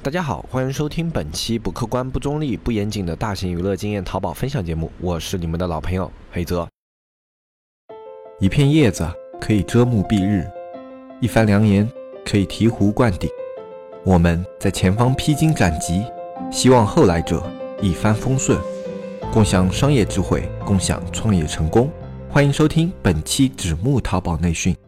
大家好，欢迎收听本期不客观、不中立、不严谨的大型娱乐经验淘宝分享节目，我是你们的老朋友黑泽。一片叶子可以遮目蔽日，一番良言可以醍醐灌顶。我们在前方披荆斩棘，希望后来者一帆风顺，共享商业智慧，共享创业成功。欢迎收听本期纸木淘宝内训。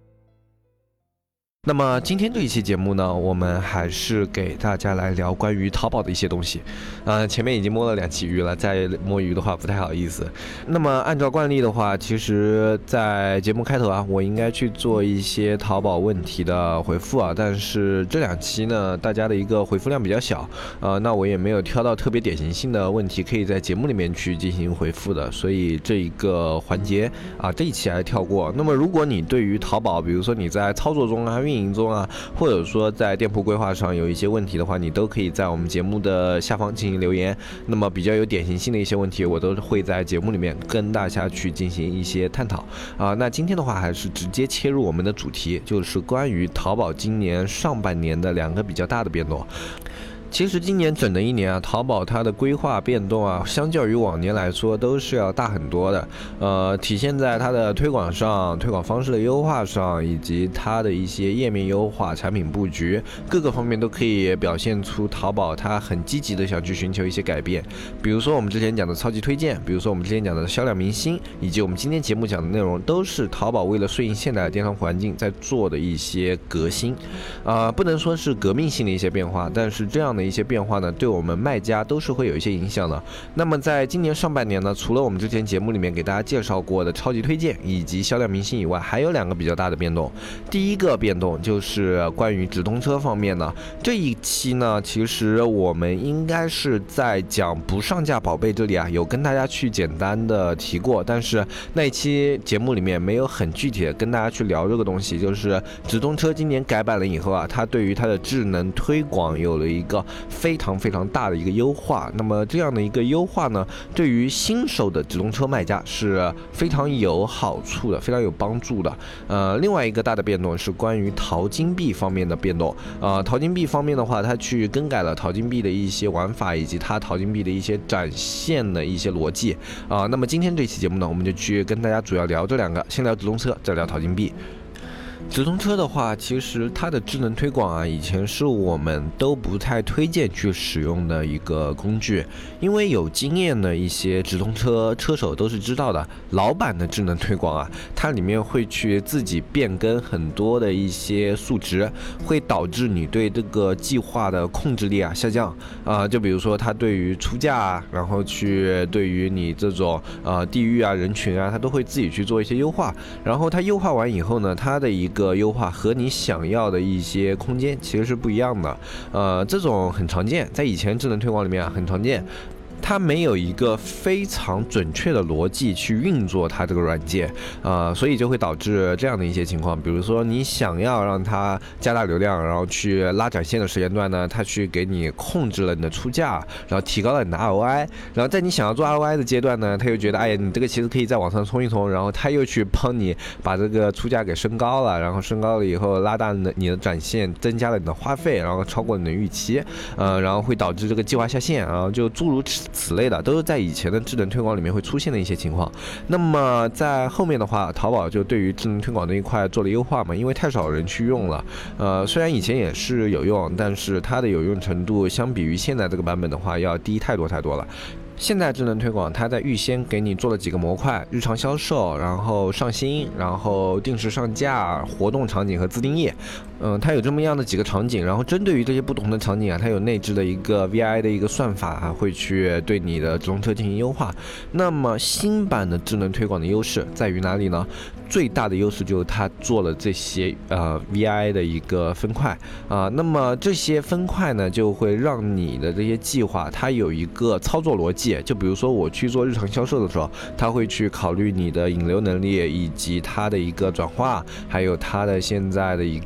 那么今天这一期节目呢，我们还是给大家来聊关于淘宝的一些东西。前面已经摸了2期鱼了，再摸鱼的话不太好意思。那么按照惯例的话，其实在节目开头我应该去做一些淘宝问题的回复但是这2期呢，大家的一个回复量比较小，那我也没有挑到特别典型性的问题可以在节目里面去进行回复的，所以这一个环节这一期还跳过。那么如果你对于淘宝，比如说你在操作中运营中或者说在店铺规划上有一些问题的话，你都可以在我们节目的下方进行留言。那么比较有典型性的一些问题，我都会在节目里面跟大家去进行一些探讨那今天的话，还是直接切入我们的主题，就是关于淘宝今年上半年的2个比较大的变动。其实今年整的一年淘宝它的规划变动相较于往年来说都是要大很多的。体现在它的推广上、推广方式的优化上，以及它的一些页面优化、产品布局各个方面都可以表现出淘宝它很积极的想去寻求一些改变。比如说我们之前讲的超级推荐，比如说我们之前讲的销量明星，以及我们今天节目讲的内容，都是淘宝为了顺应现代的电商环境在做的一些革新。不能说是革命性的一些变化，但是这样的一些变化呢，对我们卖家都是会有一些影响的。那么在今年上半年呢，除了我们之前节目里面给大家介绍过的超级推荐以及销量明星以外，还有2个比较大的变动。第一个变动就是关于直通车方面呢，这一期呢，其实我们应该是在讲不上架宝贝这里有跟大家去简单的提过，但是那一期节目里面没有很具体的跟大家去聊这个东西，就是直通车今年改版了以后它对于它的智能推广有了一个非常非常大的一个优化。那么这样的一个优化呢，对于新手的直通车卖家是非常有好处的，非常有帮助的。另外一个大的变动是关于淘金币方面的变动。淘金币方面的话，它去更改了淘金币的一些玩法，以及它淘金币的一些展现的一些逻辑。那么今天这期节目呢，我们就去跟大家主要聊这2个，先聊直通车，再聊淘金币。直通车的话，其实它的智能推广以前是我们都不太推荐去使用的一个工具，因为有经验的一些直通车车手都是知道的，老版的智能推广它里面会去自己变更很多的一些数值，会导致你对这个计划的控制力下降就比如说它对于出价然后去对于你这种地域人群它都会自己去做一些优化，然后它优化完以后呢，它的一个优化和你想要的一些空间其实是不一样的。这种很常见，在以前智能推广里面很常见。它没有一个非常准确的逻辑去运作它这个软件所以就会导致这样的一些情况。比如说你想要让它加大流量，然后去拉展现的时间段呢，它去给你控制了你的出价，然后提高了你的 ROI， 然后在你想要做 ROI 的阶段呢，它又觉得你这个其实可以再往上冲一冲，然后它又去帮你把这个出价给升高了，然后升高了以后拉大你的展现，增加了你的花费，然后超过你的预期然后会导致这个计划下线就诸如此类的，都是在以前的智能推广里面会出现的一些情况。那么在后面的话，淘宝就对于智能推广这一块做了优化嘛，因为太少人去用了虽然以前也是有用，但是它的有用程度相比于现在这个版本的话要低太多太多了。现在智能推广它在预先给你做了几个模块，日常销售，然后上新，然后定时上架、活动场景和自定义它有这么样的几个场景，然后针对于这些不同的场景它有内置的一个 VI 的一个算法会去对你的直通车进行优化。那么新版的智能推广的优势在于哪里呢？最大的优势就是它做了这些VI 的一个分块那么这些分块呢，就会让你的这些计划它有一个操作逻辑。就比如说我去做日常销售的时候，它会去考虑你的引流能力，以及它的一个转化，还有它的现在的一个整体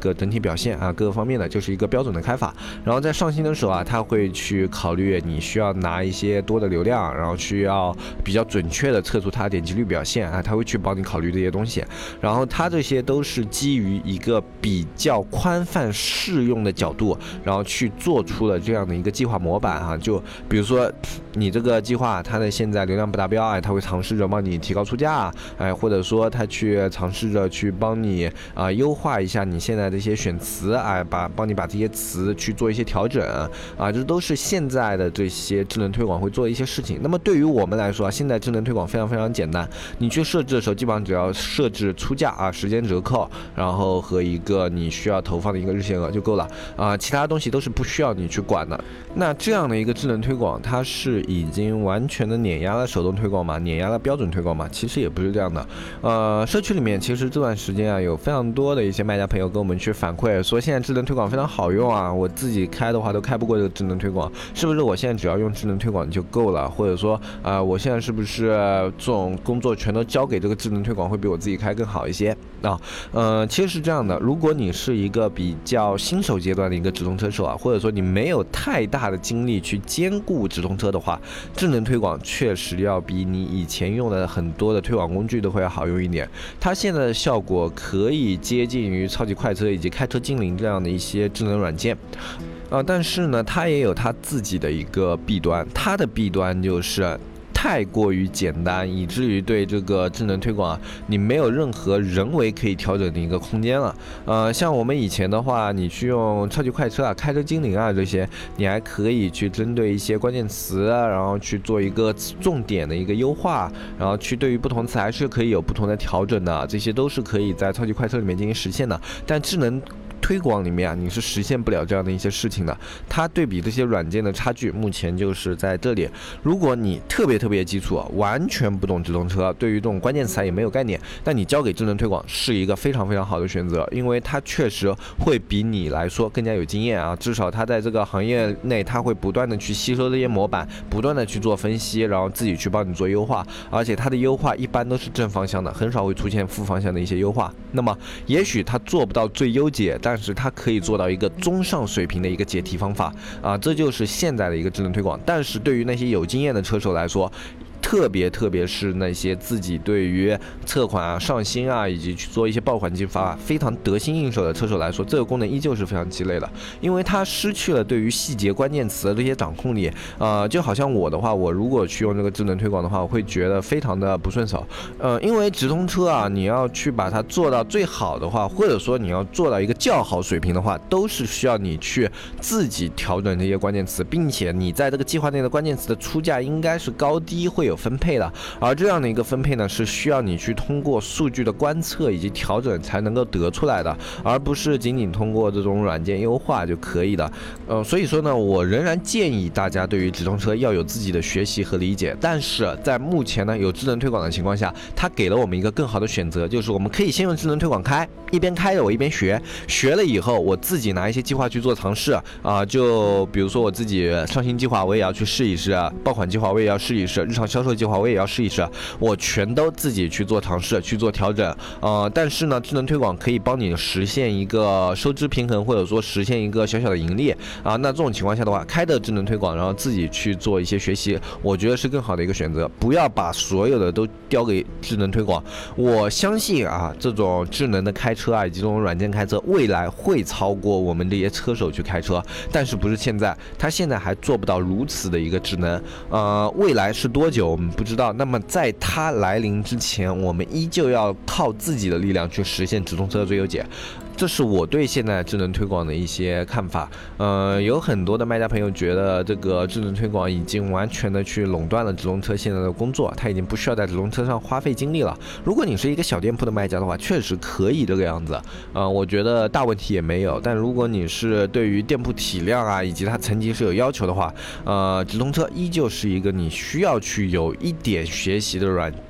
表现啊，各个方面的就是一个标准的开法。然后在上新的时候啊，他会去考虑你需要拿一些多的流量，然后需要比较准确的测出它的点击率表现啊，他会去帮你考虑这些东西。然后它这些都是基于一个比较宽泛适用的角度，然后去做出了这样的一个计划模板啊。就比如说你这个计划它的现在流量不达标，他会尝试着帮你提高出价，或者说他去尝试着去帮你优化一下你现在的一些选词，帮你把这些词去做一些调整啊，这都是现在的这些智能推广会做的一些事情。那么对于我们来说现在智能推广非常非常简单，你去设置的时候基本上只要设置出价时间折扣，然后和一个你需要投放的一个日限额就够了其他东西都是不需要你去管的。那这样的一个智能推广，它是已经完全的碾压了手动推广嘛，碾压了标准推广嘛？其实也不是这样的。社区里面其实这段时间有非常多的一些卖家朋友跟我们去反馈说，现在智能推广非常好用我自己开的话都开不过这个智能推广，是不是我现在只要用智能推广就够了？或者说我现在是不是这种工作全都交给这个智能推广会比我自己开更好一些其实是这样的，如果你是一个比较新手阶段的一个直通车手或者说你没有太大的精力去兼顾直通车的话，智能推广确实要比你以前用的很多的推广工具都会要好用一点。它现在的效果可以接近于超级快车以及开车精灵这样的一些智能软件但是呢它也有它自己的一个弊端，它的弊端就是太过于简单，以至于对这个智能推广你没有任何人为可以调整的一个空间了。像我们以前的话，你去用超级快车开车精灵这些，你还可以去针对一些关键词然后去做一个重点的一个优化，然后去对于不同词还是可以有不同的调整的，这些都是可以在超级快车里面进行实现的。但智能推广里面你是实现不了这样的一些事情的。它对比这些软件的差距目前就是在这里。如果你特别基础完全不懂直通车，对于这种关键词也没有概念，那你交给智能推广是一个非常非常好的选择，因为它确实会比你来说更加有经验至少它在这个行业内它会不断的去吸收这些模板，不断的去做分析，然后自己去帮你做优化，而且它的优化一般都是正方向的，很少会出现负方向的一些优化。那么也许它做不到最优解，但是它可以做到一个中上水平的一个解题方法这就是现在的一个智能推广。但是对于那些有经验的车手来说，特别是那些自己对于测款上新以及去做一些爆款激发非常得心应手的车手来说，这个功能依旧是非常鸡肋的，因为它失去了对于细节关键词的这些掌控力就好像我的话，我如果去用这个智能推广的话，我会觉得非常的不顺手因为直通车你要去把它做到最好的话，或者说你要做到一个较好水平的话，都是需要你去自己调整这些关键词，并且你在这个计划内的关键词的出价应该是高低会有分配的，而这样的一个分配呢，是需要你去通过数据的观测以及调整才能够得出来的，而不是仅仅通过这种软件优化就可以的。所以说呢，我仍然建议大家对于直通车要有自己的学习和理解，但是在目前呢有智能推广的情况下，它给了我们一个更好的选择，就是我们可以先用智能推广开，一边开着我一边学了以后，我自己拿一些计划去做尝试就比如说我自己上新计划我也要去试一试爆款计划我也要试一试，日常销售计划我也要试一试，我全都自己去做尝试去做调整但是呢智能推广可以帮你实现一个收支平衡，或者说实现一个小小的盈利那这种情况下的话，开的智能推广然后自己去做一些学习，我觉得是更好的一个选择。不要把所有的都交给智能推广，我相信这种智能的开车以及这种软件开车未来会超过我们这些车手去开车，但是不是现在，它现在还做不到如此的一个智能未来是多久我们不知道。那么在它来临之前，我们依旧要靠自己的力量去实现直通车的最优解。这是我对现在智能推广的一些看法。有很多的卖家朋友觉得这个智能推广已经完全的去垄断了直通车现在的工作，它已经不需要在直通车上花费精力了。如果你是一个小店铺的卖家的话，确实可以这个样子我觉得大问题也没有。但如果你是对于店铺体量以及它层级是有要求的话，直通车依旧是一个你需要去有一点学习的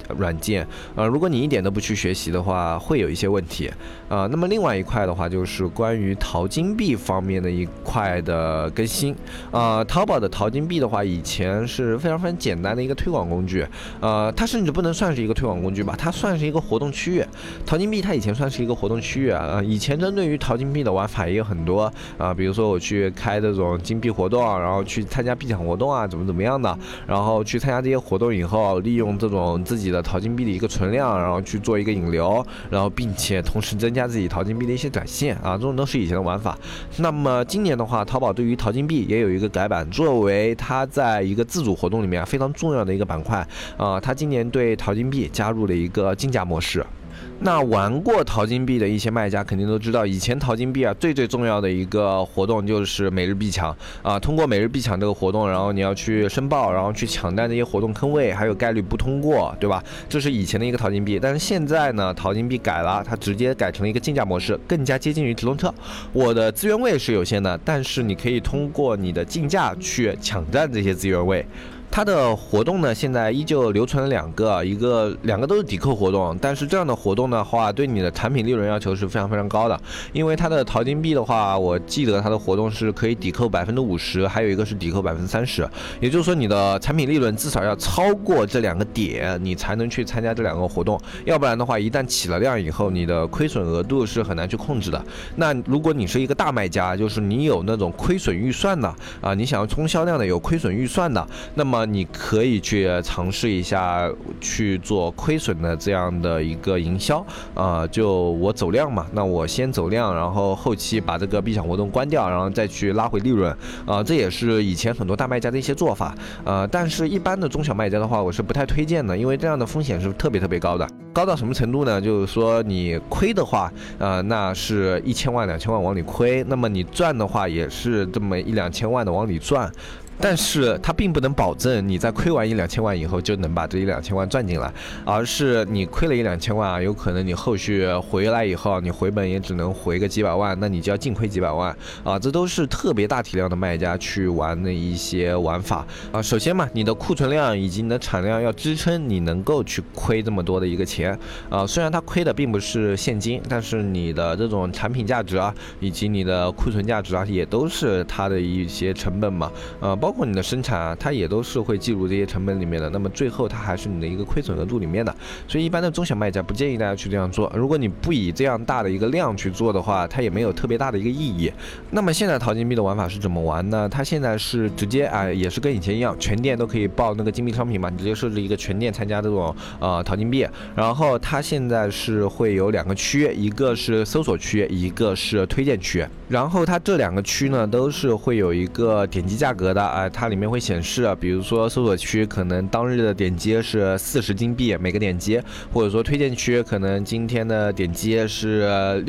软件，如果你一点都不去学习的话，会有一些问题。那么另外一块的话，就是关于淘金币方面的一块的更新。淘宝的淘金币的话，以前是非常非常简单的一个推广工具，它甚至不能算是一个推广工具吧，它算是一个活动区域。淘金币它以前算是一个活动区域以前针对于淘金币的玩法也有很多比如说我去开这种金币活动，然后去参加币抢活动怎么样的，然后去参加这些活动以后，利用这种自己的淘金币的一个存量，然后去做一个引流，然后并且同时增加自己淘金币的一些展现这种都是以前的玩法。那么今年的话，淘宝对于淘金币也有一个改版，作为它在一个自主活动里面非常重要的一个板块它今年对淘金币加入了一个竞价模式。那玩过淘金币的一些卖家肯定都知道，以前淘金币最重要的一个活动就是每日币抢通过每日币抢这个活动，然后你要去申报，然后去抢占这些活动坑位，还有概率不通过，对吧？这是以前的一个淘金币。但是现在呢，淘金币改了，它直接改成了一个竞价模式，更加接近于直通车。我的资源位是有限的，但是你可以通过你的竞价去抢占这些资源位。它的活动呢，现在依旧留存了两个都是抵扣活动，但是这样的活动的话，对你的产品利润要求是非常非常高的，因为它的淘金币的话，我记得它的活动是可以抵扣50%，还有一个是抵扣30%，也就是说你的产品利润至少要超过这2个点，你才能去参加这2个活动，要不然的话，一旦起了量以后，你的亏损额度是很难去控制的。那如果你是一个大卖家，就是你有那种亏损预算的你想要冲销量的，有亏损预算的，那么你可以去尝试一下去做亏损的这样的一个营销就我走量嘛，那我先走量，然后后期把这个币抢活动关掉，然后再去拉回利润这也是以前很多大卖家的一些做法但是一般的中小卖家的话，我是不太推荐的，因为这样的风险是特别特别高的。高到什么程度呢？就是说你亏的话那是1000万2000万往里亏，那么你赚的话也是这么1-2千万的往里赚，但是它并不能保证你在亏完1-2千万以后就能把这1-2千万赚进来，而是你亏了1-2千万有可能你后续回来以后，你回本也只能回个几百万，那你就要净亏几百万这都是特别大体量的卖家去玩的一些玩法首先嘛，你的库存量以及你的产量要支撑你能够去亏这么多的一个钱虽然它亏的并不是现金，但是你的这种产品价值以及你的库存价值也都是它的一些成本嘛包括你的生产它也都是会计入这些成本里面的，那么最后它还是你的一个亏损额度里面的，所以一般的中小卖家不建议大家去这样做。如果你不以这样大的一个量去做的话，它也没有特别大的一个意义。那么现在淘金币的玩法是怎么玩呢？它现在是直接也是跟以前一样，全店都可以报那个金币商品嘛，你直接设置一个全店参加这种淘金币，然后它现在是会有2个区，一个是搜索区，一个是推荐区，然后它这2个区呢都是会有一个点击价格的它里面会显示比如说搜索区可能当日的点击是40金币每个点击，或者说推荐区可能今天的点击是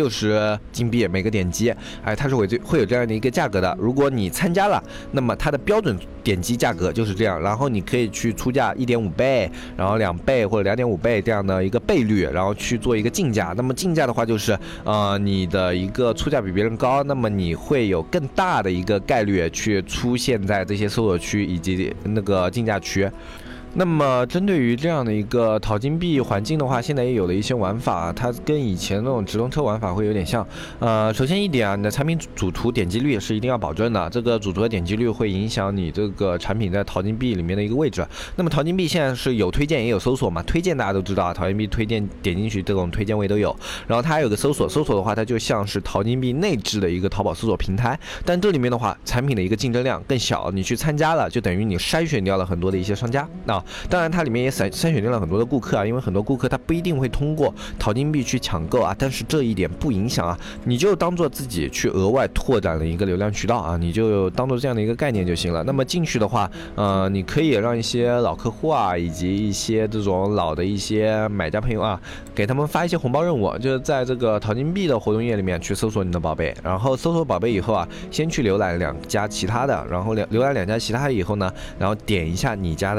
60金币每个点击它是会有这样的一个价格的。如果你参加了，那么它的标准点击价格就是这样，然后你可以去出价1.5倍，然后2倍或者2.5倍这样的一个倍率，然后去做一个竞价。那么竞价的话就是你的一个出价比别人高，那么你会有更大的一个概率去出现在这些搜索区以及那个竞价区。那么针对于这样的一个淘金币环境的话，现在也有了一些玩法，它跟以前那种直通车玩法会有点像。首先一点你的产品主图点击率是一定要保证的，这个主图的点击率会影响你这个产品在淘金币里面的一个位置。那么淘金币现在是有推荐也有搜索嘛，推荐大家都知道，淘金币推荐点进去这种推荐位都有，然后它还有个搜索，搜索的话它就像是淘金币内置的一个淘宝搜索平台，但这里面的话产品的一个竞争量更小，你去参加了就等于你筛选掉了很多的一些商家当然它里面也筛选掉了很多的顾客因为很多顾客他不一定会通过淘金币去抢购但是这一点不影响你就当做自己去额外拓展了一个流量渠道你就当做这样的一个概念就行了。那么进去的话你可以让一些老客户以及一些这种老的一些买家朋友给他们发一些红包任务，就是在这个淘金币的活动页里面去搜索你的宝贝，然后搜索宝贝以后先去浏览2家其他的，然后浏览2家其他的以后呢，然后点一下你家的这一款宝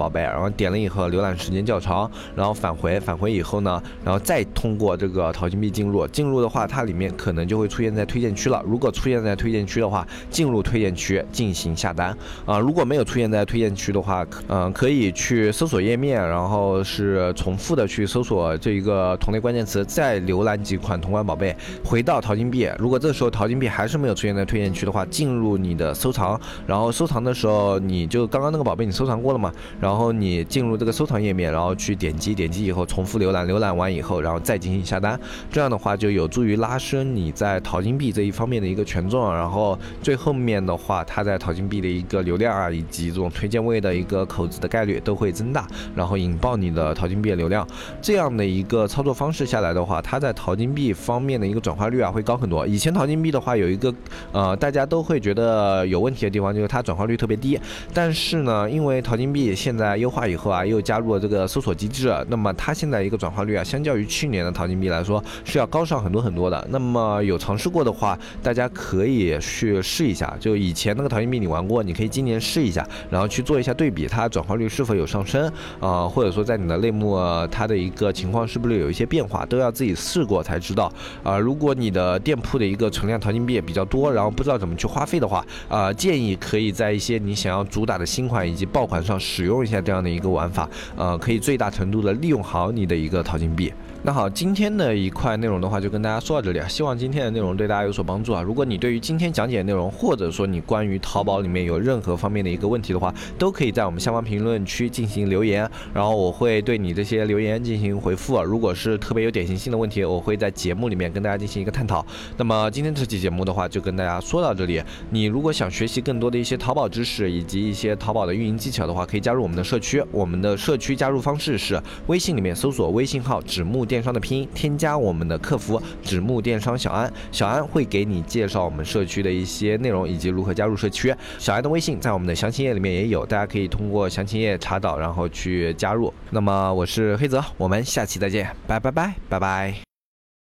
宝贝，然后点了以后浏览时间较长，然后返回以后呢，然后再通过这个淘金币进入的话，它里面可能就会出现在推荐区了。如果出现在推荐区的话，进入推荐区进行下单如果没有出现在推荐区的话，可以去搜索页面，然后是重复的去搜索这一个同类关键词，再浏览几款同款宝贝，回到淘金币。如果这时候淘金币还是没有出现在推荐区的话，进入你的收藏，然后收藏的时候你就刚刚那个宝贝你收藏过了嘛，然后你进入这个收藏页面，然后去点击以后重复浏览完以后，然后再进行下单，这样的话就有助于拉升你在淘金币这一方面的一个权重，然后最后面的话，它在淘金币的一个流量以及这种推荐位的一个口子的概率都会增大，然后引爆你的淘金币的流量。这样的一个操作方式下来的话，它在淘金币方面的一个转化率会高很多。以前淘金币的话有一个大家都会觉得有问题的地方，就是它转化率特别低。但是呢，因为淘金币现在优化以后又加入了这个搜索机制，那么它现在一个转化率相较于去年的淘金币来说是要高上很多的。那么有尝试过的话，大家可以去试一下，就以前那个淘金币你玩过，你可以今年试一下，然后去做一下对比，它转化率是否有上升或者说在你的类目它的一个情况是不是有一些变化，都要自己试过才知道如果你的店铺的一个存量淘金币也比较多，然后不知道怎么去花费的话建议可以在一些你想要主打的新款以及爆款上使用一下这样的一个玩法可以最大程度的利用好你的一个淘金币。那好，今天的一块内容的话就跟大家说到这里希望今天的内容对大家有所帮助如果你对于今天讲解的内容，或者说你关于淘宝里面有任何方面的一个问题的话，都可以在我们下方评论区进行留言，然后我会对你这些留言进行回复如果是特别有典型性的问题，我会在节目里面跟大家进行一个探讨。那么今天这期节目的话就跟大家说到这里，你如果想学习更多的一些淘宝知识以及一些淘宝的运营技巧的话，可以加入我们的社区。我们的社区加入方式是微信里面搜索微信号指木电商的拼音，添加我们的客服指木电商小安，小安会给你介绍我们社区的一些内容以及如何加入社区。小安的微信在我们的详情页里面也有，大家可以通过详情页查到然后去加入。那么我是黑泽，我们下期再见，拜拜。